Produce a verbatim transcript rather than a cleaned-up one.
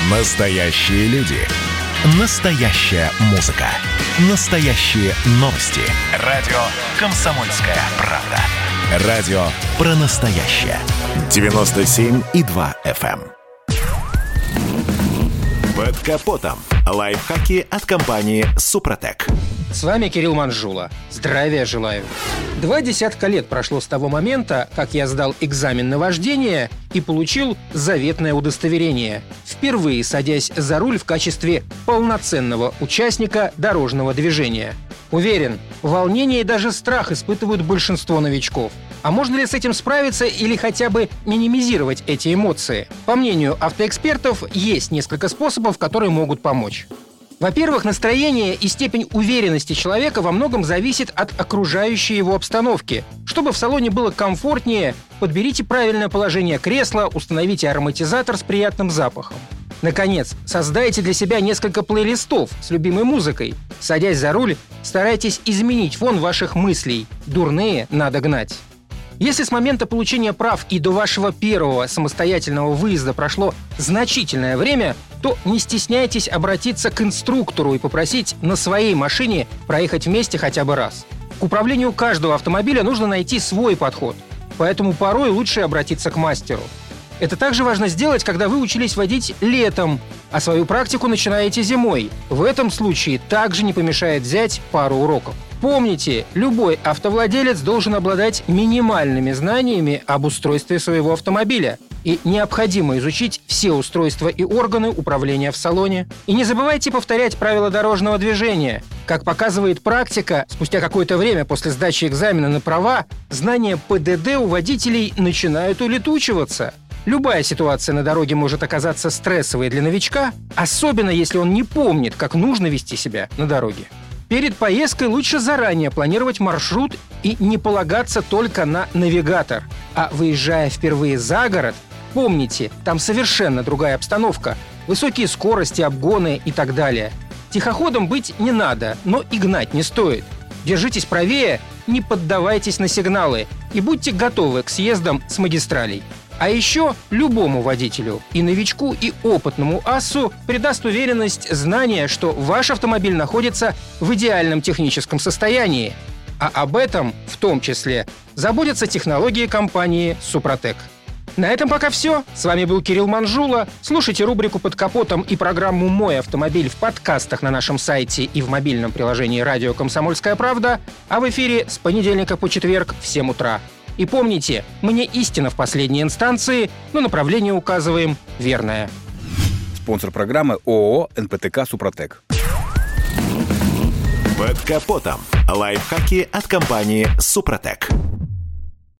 Настоящие люди. Настоящая музыка. Настоящие новости. Радио «Комсомольская правда». Радио про настоящее. девяносто семь и два эф эм. Под капотом. Лайфхаки от компании «Супротек». С вами Кирилл Манжула. Здравия желаю. Два десятка лет прошло с того момента, как я сдал экзамен на вождение и получил заветное удостоверение, впервые садясь за руль в качестве полноценного участника дорожного движения. Уверен, волнение и даже страх испытывают большинство новичков. А можно ли с этим справиться или хотя бы минимизировать эти эмоции? По мнению автоэкспертов, есть несколько способов, которые могут помочь. Во-первых, настроение и степень уверенности человека во многом зависит от окружающей его обстановки. Чтобы в салоне было комфортнее, подберите правильное положение кресла, установите ароматизатор с приятным запахом. Наконец, создайте для себя несколько плейлистов с любимой музыкой. Садясь за руль, старайтесь изменить фон ваших мыслей. Дурные надо гнать. Если с момента получения прав и до вашего первого самостоятельного выезда прошло значительное время, то не стесняйтесь обратиться к инструктору и попросить на своей машине проехать вместе хотя бы раз. К управлению каждого автомобиля нужно найти свой подход, поэтому порой лучше обратиться к мастеру. Это также важно сделать, когда вы учились водить летом, а свою практику начинаете зимой. В этом случае также не помешает взять пару уроков. Помните, любой автовладелец должен обладать минимальными знаниями об устройстве своего автомобиля. И необходимо изучить все устройства и органы управления в салоне. И не забывайте повторять правила дорожного движения. Как показывает практика, спустя какое-то время после сдачи экзамена на права, знания пэ дэ дэ у водителей начинают улетучиваться. Любая ситуация на дороге может оказаться стрессовой для новичка, особенно если он не помнит, как нужно вести себя на дороге. Перед поездкой лучше заранее планировать маршрут и не полагаться только на навигатор. А выезжая впервые за город, помните, там совершенно другая обстановка, высокие скорости, обгоны и так далее. Тихоходом быть не надо, но и гнать не стоит. Держитесь правее, не поддавайтесь на сигналы и будьте готовы к съездам с магистралей. А еще любому водителю, и новичку, и опытному ассу придаст уверенность знание, что ваш автомобиль находится в идеальном техническом состоянии. А об этом, в том числе, заботятся технологии компании «Супротек». На этом пока все. С вами был Кирилл Манжула. Слушайте рубрику «Под капотом» и программу «Мой автомобиль» в подкастах на нашем сайте и в мобильном приложении «Радио Комсомольская правда», а в эфире с понедельника по четверг в семь утра. И помните, мы не истина в последней инстанции, но направление указываем верное. Спонсор программы ООО эн пэ тэ ка «Супротек». Под капотом. Лайфхаки от компании «Супротек».